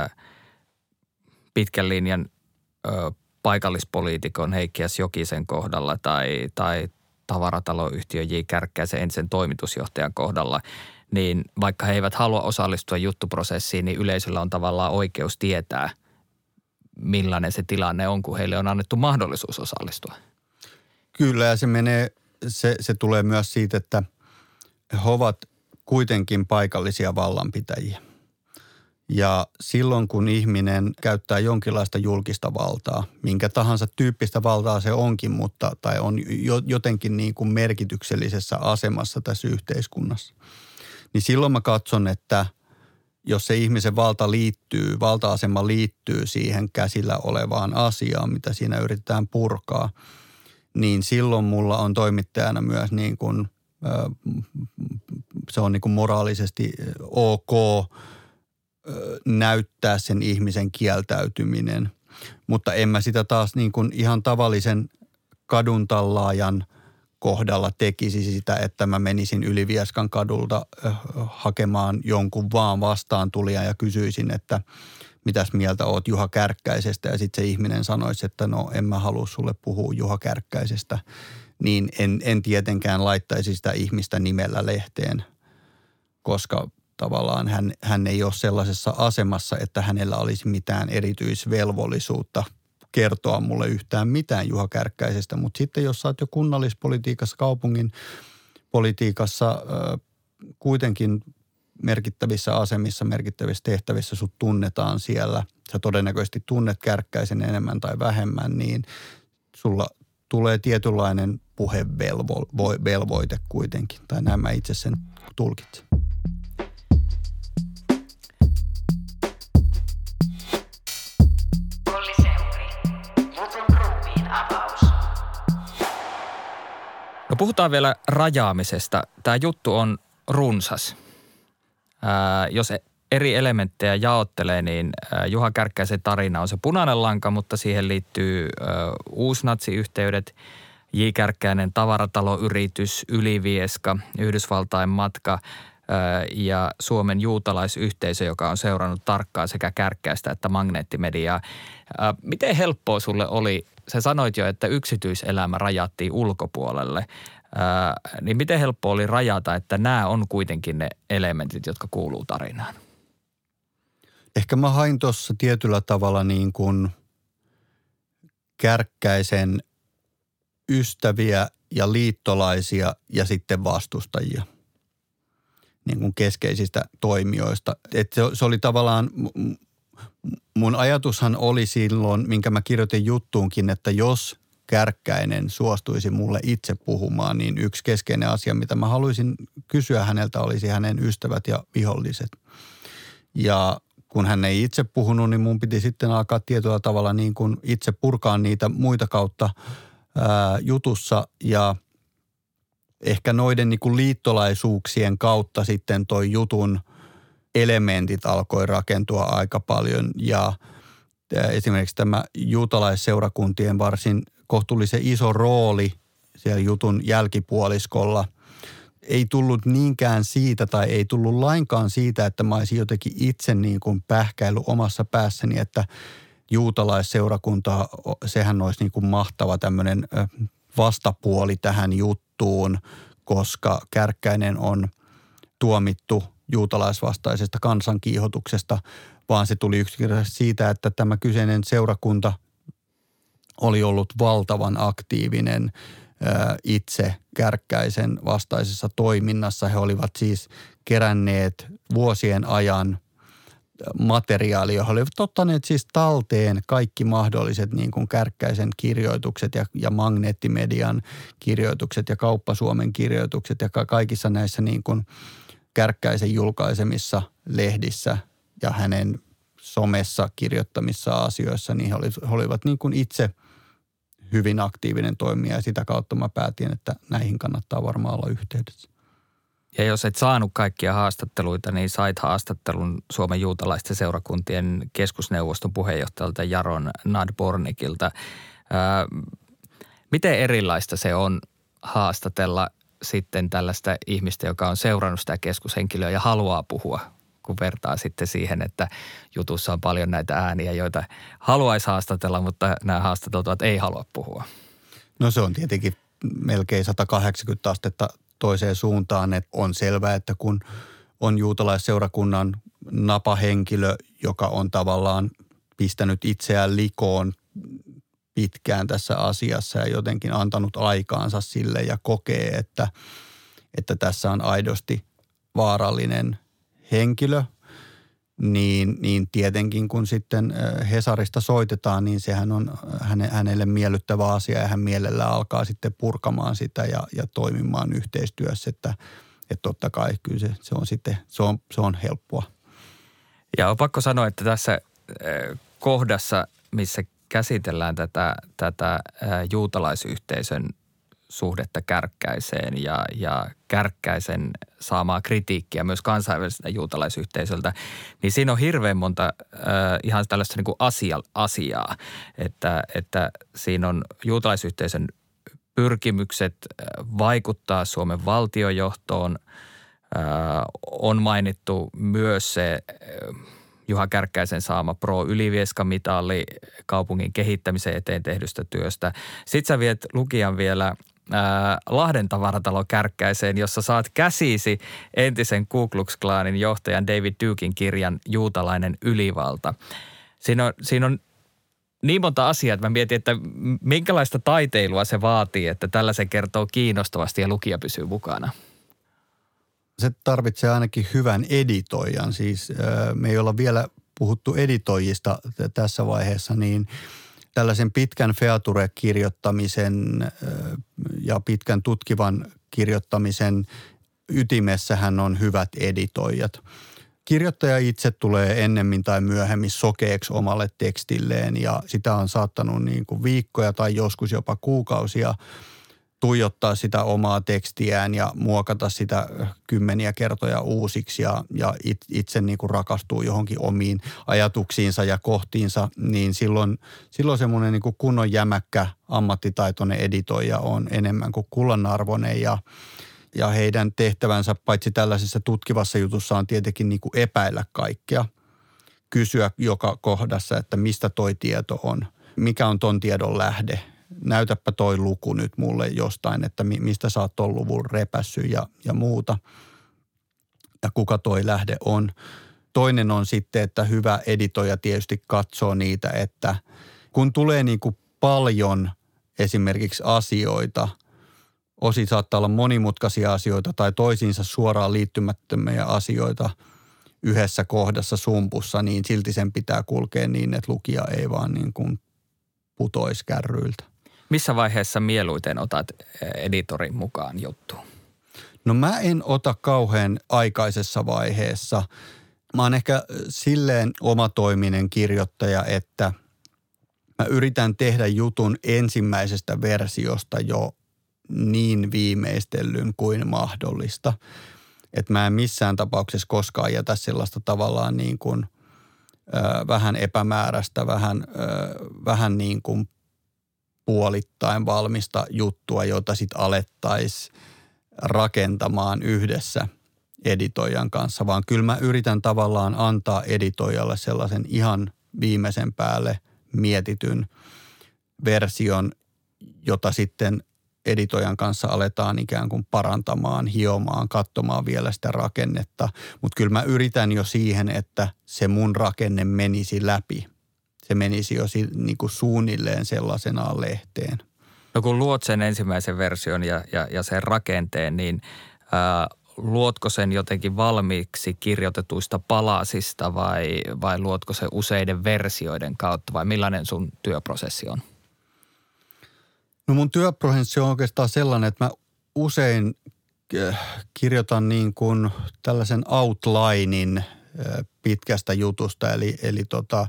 pitkän linjan paikallispoliitikon Heikki S. Jokisen kohdalla tai tavarataloyhtiö J. Kärkkäisen entisen toimitusjohtajan kohdalla, niin vaikka he eivät halua osallistua juttuprosessiin, niin yleisöllä on tavallaan oikeus tietää, millainen se tilanne on, kun heille on annettu mahdollisuus osallistua. Kyllä, ja se tulee myös siitä, että he ovat kuitenkin paikallisia vallanpitäjiä. Ja silloin, kun ihminen käyttää jonkinlaista julkista valtaa, minkä tahansa tyyppistä valtaa se onkin, tai on jotenkin niin kuin merkityksellisessä asemassa tässä yhteiskunnassa, niin silloin mä katson, että jos se ihmisen valta-asema liittyy siihen käsillä olevaan asiaan, mitä siinä yritetään purkaa, niin silloin mulla on toimittajana myös niin kuin, se on niin kuin moraalisesti ok näyttää sen ihmisen kieltäytyminen. Mutta en mä sitä taas niin kuin ihan tavallisen kaduntallaajan kohdalla tekisi sitä, että mä menisin Ylivieskan kadulta hakemaan jonkun vaan vastaan tulijan ja kysyisin, että mitäs mieltä oot Juha Kärkkäisestä ja sitten se ihminen sanoisi, että no en mä halua sulle puhua Juha Kärkkäisestä, niin en tietenkään laittaisi sitä ihmistä nimellä lehteen, koska tavallaan hän ei ole sellaisessa asemassa, että hänellä olisi mitään erityisvelvollisuutta kertoa mulle yhtään mitään Juha Kärkkäisestä. Mutta sitten jos sä oot jo kunnallispolitiikassa, kaupungin politiikassa kuitenkin merkittävissä asemissa, merkittävissä tehtävissä sut tunnetaan siellä, sä todennäköisesti tunnet Kärkkäisen enemmän tai vähemmän, niin sulla tulee tietynlainen puhevelvoite kuitenkin. Tai näin mä itse sen tulkitsen. Olli Seuri. Jutun ruumiin avaus. No puhutaan vielä rajaamisesta. Tämä juttu on runsas. Jos eri elementtejä jaottelee, niin Juha Kärkkäisen tarina on se punainen lanka, mutta siihen liittyy uusnatsiyhteydet, J. Kärkkäinen tavarataloyritys, Ylivieska, Yhdysvaltain matka ja Suomen juutalaisyhteisö, joka on seurannut tarkkaan sekä Kärkkäistä että Magneettimediaa. Miten helppoa sulle oli, sä sanoit jo, että yksityiselämä rajattiin ulkopuolelle, niin miten helppoa oli rajata, että nämä on kuitenkin ne elementit, jotka kuuluu tarinaan? Ehkä mä hain tuossa tietyllä tavalla niin kuin Kärkkäisen ystäviä ja liittolaisia ja sitten vastustajia niin kuin keskeisistä toimijoista. Että se oli tavallaan, mun ajatushan oli silloin, minkä mä kirjoitin juttuunkin, että jos Kärkkäinen suostuisi mulle itse puhumaan, niin yksi keskeinen asia, mitä mä haluaisin kysyä häneltä, olisi hänen ystävät ja viholliset. Ja kun hän ei itse puhunut, niin mun piti sitten alkaa tietyllä tavalla niin kuin itse purkaa niitä muita kautta jutussa ja ehkä noiden niin kuin liittolaisuuksien kautta sitten toi jutun elementit alkoi rakentua aika paljon ja esimerkiksi tämä juutalaisseurakuntien varsin kohtuullisen iso rooli siellä jutun jälkipuoliskolla ei tullut niinkään siitä tai ei tullut lainkaan siitä, että mä olisin jotenkin itse niin kuin pähkäillyt omassa päässäni, että juutalaisseurakunta, sehän olisi niin kuin mahtava tämmöinen vastapuoli tähän juttuun, koska Kärkkäinen on tuomittu juutalaisvastaisesta kansankiihotuksesta, vaan se tuli yksinkertaisesti siitä, että tämä kyseinen seurakunta oli ollut valtavan aktiivinen itse Kärkkäisen vastaisessa toiminnassa. He olivat siis keränneet vuosien ajan materiaalia. He olivat ottaneet siis talteen kaikki mahdolliset niin kuin Kärkkäisen kirjoitukset ja Magneettimedian kirjoitukset ja Kauppa-Suomen kirjoitukset ja kaikissa näissä niin kuin Kärkkäisen julkaisemissa lehdissä ja hänen somessa kirjoittamissa asioissa, niin he olivat niin kuin itse hyvin aktiivinen toimija ja sitä kautta mä päätin, että näihin kannattaa varmaan olla yhteydessä. Ja jos et saanut kaikkia haastatteluita, niin sait haastattelun Suomen juutalaisten seurakuntien keskusneuvoston puheenjohtajalta Jaron Nadbornikilta. Miten erilaista se on haastatella sitten tällaista ihmistä, joka on seurannut sitä keskushenkilöä ja haluaa puhua, kun vertaa sitten siihen, että jutussa on paljon näitä ääniä, joita haluaisi haastatella, mutta nämä haastateltavat ei halua puhua? No se on tietenkin melkein 180 astetta toiseen suuntaan, että on selvää, että kun on juutalaisseurakunnan napahenkilö, joka on tavallaan pistänyt itseään likoon pitkään tässä asiassa ja jotenkin antanut aikaansa sille ja kokee, että tässä on aidosti vaarallinen henkilö, niin tietenkin kun sitten Hesarista soitetaan, niin sehän on hänelle miellyttävä asia ja hän mielellään alkaa sitten purkamaan sitä ja toimimaan yhteistyössä, että totta kai kyllä se on sitten, se on helppoa. Ja on pakko sanoa, että tässä kohdassa, missä käsitellään tätä juutalaisyhteisön suhdetta Kärkkäiseen ja Kärkkäisen saamaa kritiikkiä myös kansainväliseltä juutalaisyhteisöltä, niin siinä on hirveän monta ihan tällaista niin kuin asiaa, että siinä on juutalaisyhteisön pyrkimykset vaikuttaa Suomen valtiojohtoon, on mainittu myös se Juha Kärkkäisen saama Pro Ylivieska-mitali kaupungin kehittämisen eteen tehdystä työstä. Sitten sä viet lukijan vielä Lahden tavaratalo Kärkkäiseen, jossa saat käsisi entisen Ku Klux Klanin johtajan David Duken kirjan Juutalainen ylivalta. Siinä on niin monta asiaa, että mä mietin, että minkälaista taiteilua se vaatii, että tällaisen kertoo kiinnostavasti ja lukija pysyy mukana. Se tarvitsee ainakin hyvän editoijan. Siis me ei olla vielä puhuttu editoijista tässä vaiheessa, niin tällaisen pitkän feature-kirjoittamisen ja pitkän tutkivan kirjoittamisen ytimessähän on hyvät editoijat. Kirjoittaja itse tulee ennemmin tai myöhemmin sokeeksi omalle tekstilleen ja sitä on saattanut niin kuin viikkoja tai joskus jopa kuukausia tuijottaa sitä omaa tekstiään ja muokata sitä kymmeniä kertoja uusiksi ja itse niin kuin rakastuu johonkin omiin ajatuksiinsa ja kohtiinsa, niin silloin semmoinen niin kuin kunnon jämäkkä ammattitaitoinen editoija on enemmän kuin kullanarvoinen ja heidän tehtävänsä paitsi tällaisessa tutkivassa jutussa on tietenkin niin kuin epäillä kaikkea, kysyä joka kohdassa, että mistä toi tieto on, mikä on ton tiedon lähde. Näytäpä toi luku nyt mulle jostain, että mistä sä oot ton luvun repässyt ja muuta. Ja kuka toi lähde on. Toinen on sitten, että hyvä editoija tietysti katsoo niitä, että kun tulee niin kuin paljon esimerkiksi asioita, osin saattaa olla monimutkaisia asioita tai toisiinsa suoraan liittymättömiä asioita yhdessä kohdassa sumpussa, niin silti sen pitää kulkea niin, että lukija ei vaan niin kuin putoisi kärryiltä. Missä vaiheessa mieluiten otat editorin mukaan juttuun? No mä en ota kauhean aikaisessa vaiheessa. Mä oon ehkä silleen omatoiminen kirjoittaja, että mä yritän tehdä jutun ensimmäisestä versiosta jo niin viimeistellyn kuin mahdollista. Että mä en missään tapauksessa koskaan jätä sellaista tavallaan niin kuin vähän epämääräistä, vähän niin kuin puolittain valmista juttua, jota sitten alettaisiin rakentamaan yhdessä editoijan kanssa, vaan kyllä mä yritän tavallaan antaa editoijalle sellaisen ihan viimeisen päälle mietityn version, jota sitten editoijan kanssa aletaan ikään kuin parantamaan, hiomaan, katsomaan vielä sitä rakennetta. Mutta kyllä mä yritän jo siihen, että se mun rakenne menisi läpi. Se menisi jo niin kuin suunnilleen sellaisenaan lehteen. No kun luot sen ensimmäisen version ja sen rakenteen, niin luotko sen jotenkin valmiiksi kirjoitetuista palasista vai luotko se useiden versioiden kautta vai millainen sun työprosessi on? No mun työprosessi on oikeastaan sellainen, että mä usein kirjoitan niin kuin tällaisen outlinein pitkästä jutusta. Eli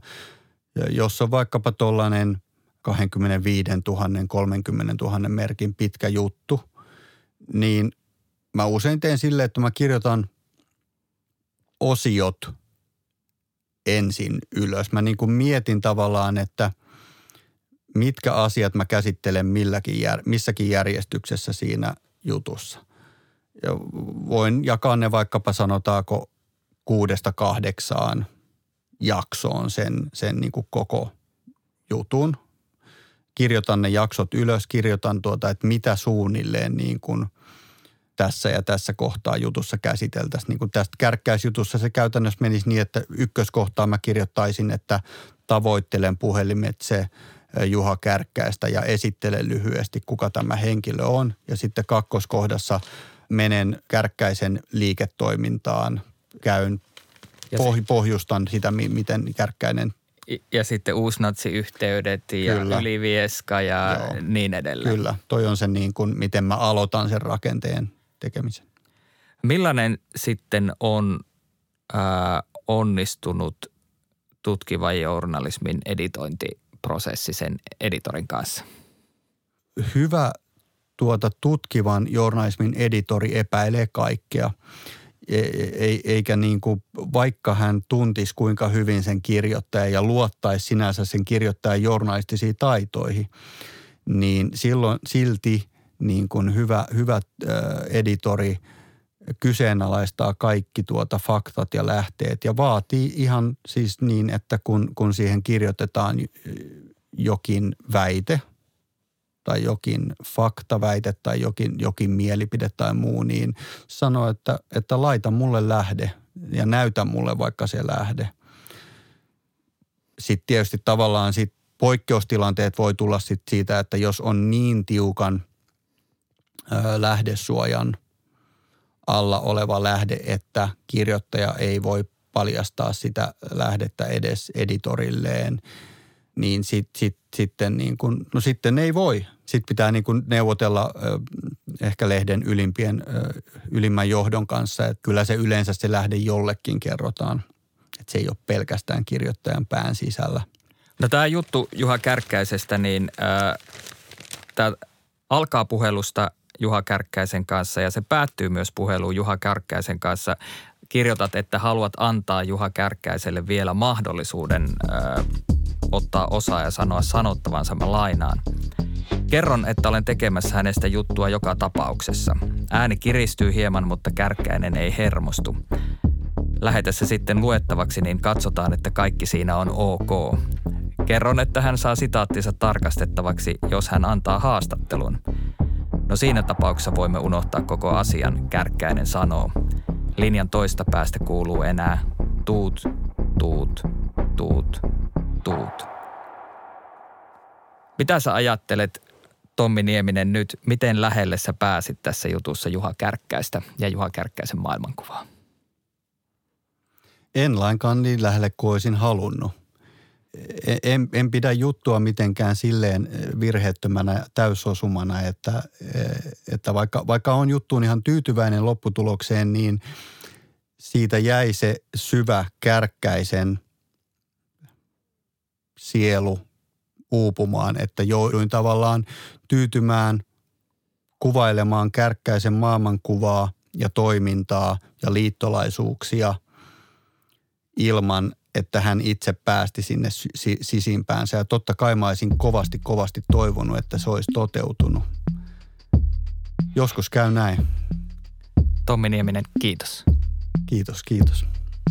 jos on vaikkapa tuollainen 25 000, 30 000 merkin pitkä juttu, niin mä usein teen silleen, että mä kirjoitan osiot ensin ylös. Mä niin kuin mietin tavallaan, että mitkä asiat mä käsittelen missäkin järjestyksessä siinä jutussa. Ja voin jakaa ne vaikkapa sanotaanko 6-8 jaksoon sen niin kuin koko jutun. Kirjoitan ne jaksot ylös, kirjoitan että mitä suunnilleen niin kuin tässä ja tässä kohtaa jutussa käsiteltäisiin. Niin kuin tästä kärkkäisjutussa se käytännössä menisi niin, että ykköskohtaa mä kirjoittaisin, että tavoittelen puhelimitse Juha Kärkkäistä ja esittelen lyhyesti, kuka tämä henkilö on. Ja sitten kakkoskohdassa menen Kärkkäisen liiketoimintaan, käyn, pohjustan sitä, miten Kärkkäinen. Ja sitten uusnatsiyhteydet ja kyllä. Ylivieska ja joo. Niin edelleen. Kyllä, toi on se niin kuin, miten mä aloitan sen rakenteen tekemisen. Millainen sitten on onnistunut tutkivan journalismin editointiprosessi sen editorin kanssa? Hyvä tutkivan journalismin editori epäilee kaikkea. Eikä niin kuin, vaikka hän tuntisi kuinka hyvin sen kirjoittajan ja luottaisi sinänsä sen kirjoittajan journalistisiin taitoihin, niin silloin silti niin kuin hyvä editori kyseenalaistaa kaikki faktat ja lähteet ja vaatii ihan siis niin, että kun siihen kirjoitetaan jokin väite tai jokin faktaväite tai jokin mielipide tai muu, niin sanoo, että laita mulle lähde ja näytä mulle vaikka se lähde. Sitten tietysti tavallaan poikkeustilanteet voi tulla siitä, että jos on niin tiukan lähdesuojan alla oleva lähde, että kirjoittaja ei voi paljastaa sitä lähdettä edes editorilleen, niin sitten niin kuin, no sitten ei voi. Sitten pitää niin kuin neuvotella ehkä lehden ylimmän johdon kanssa, että kyllä se yleensä se lähde jollekin kerrotaan, että se ei ole pelkästään kirjoittajan pään sisällä. No tämä juttu Juha Kärkkäisestä, niin tämä alkaa puhelusta Juha Kärkkäisen kanssa ja se päättyy myös puheluun Juha Kärkkäisen kanssa. Kirjoitat, että haluat antaa Juha Kärkkäiselle vielä mahdollisuuden ottaa osaa ja sanoa sanottavansa, mä lainaan. Kerron, että olen tekemässä hänestä juttua joka tapauksessa. Ääni kiristyy hieman, mutta Kärkkäinen ei hermostu. Lähetä se sitten luettavaksi, niin katsotaan, että kaikki siinä on ok. Kerron, että hän saa sitaattinsa tarkastettavaksi, jos hän antaa haastattelun. No siinä tapauksessa voimme unohtaa koko asian, Kärkkäinen sanoo. Linjan toista päästä kuuluu enää tuut, tuut, tuut, tuut. Mitä sä ajattelet, Tommi Nieminen, nyt, miten lähelle sä pääsit tässä jutussa Juha Kärkkäistä ja Juha Kärkkäisen maailmankuvaa? En lainkaan niin lähelle kuin olisin halunnut. En pidä juttua mitenkään silleen virheettömänä täysosumana, että vaikka on juttuun ihan tyytyväinen lopputulokseen, niin siitä jäi se syvä Kärkkäisen sielu uupumaan, että jouduin tavallaan tyytymään kuvailemaan Kärkkäisen maailmankuvaa ja toimintaa ja liittolaisuuksia ilman, että hän itse päästi sinne sisimpäänsä. Ja totta kai mä olisin kovasti toivonut, että se olisi toteutunut. Joskus käy näin. Tommi Nieminen, kiitos. Kiitos.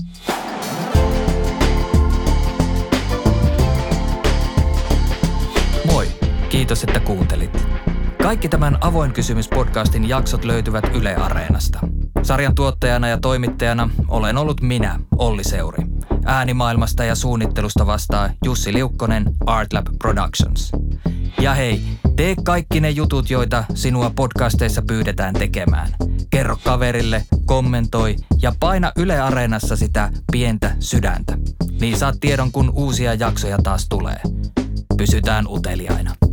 Moi, kiitos että kuuntelit. Kaikki tämän Avoin kysymys-podcastin jaksot löytyvät Yle Areenasta. Sarjan tuottajana ja toimittajana olen ollut minä, Olli Seuri. Äänimaailmasta ja suunnittelusta vastaa Jussi Liukkonen, Artlab Productions. Ja hei, tee kaikki ne jutut, joita sinua podcasteissa pyydetään tekemään. Kerro kaverille, kommentoi ja paina Yle Areenassa sitä pientä sydäntä. Niin saat tiedon, kun uusia jaksoja taas tulee. Pysytään uteliaina.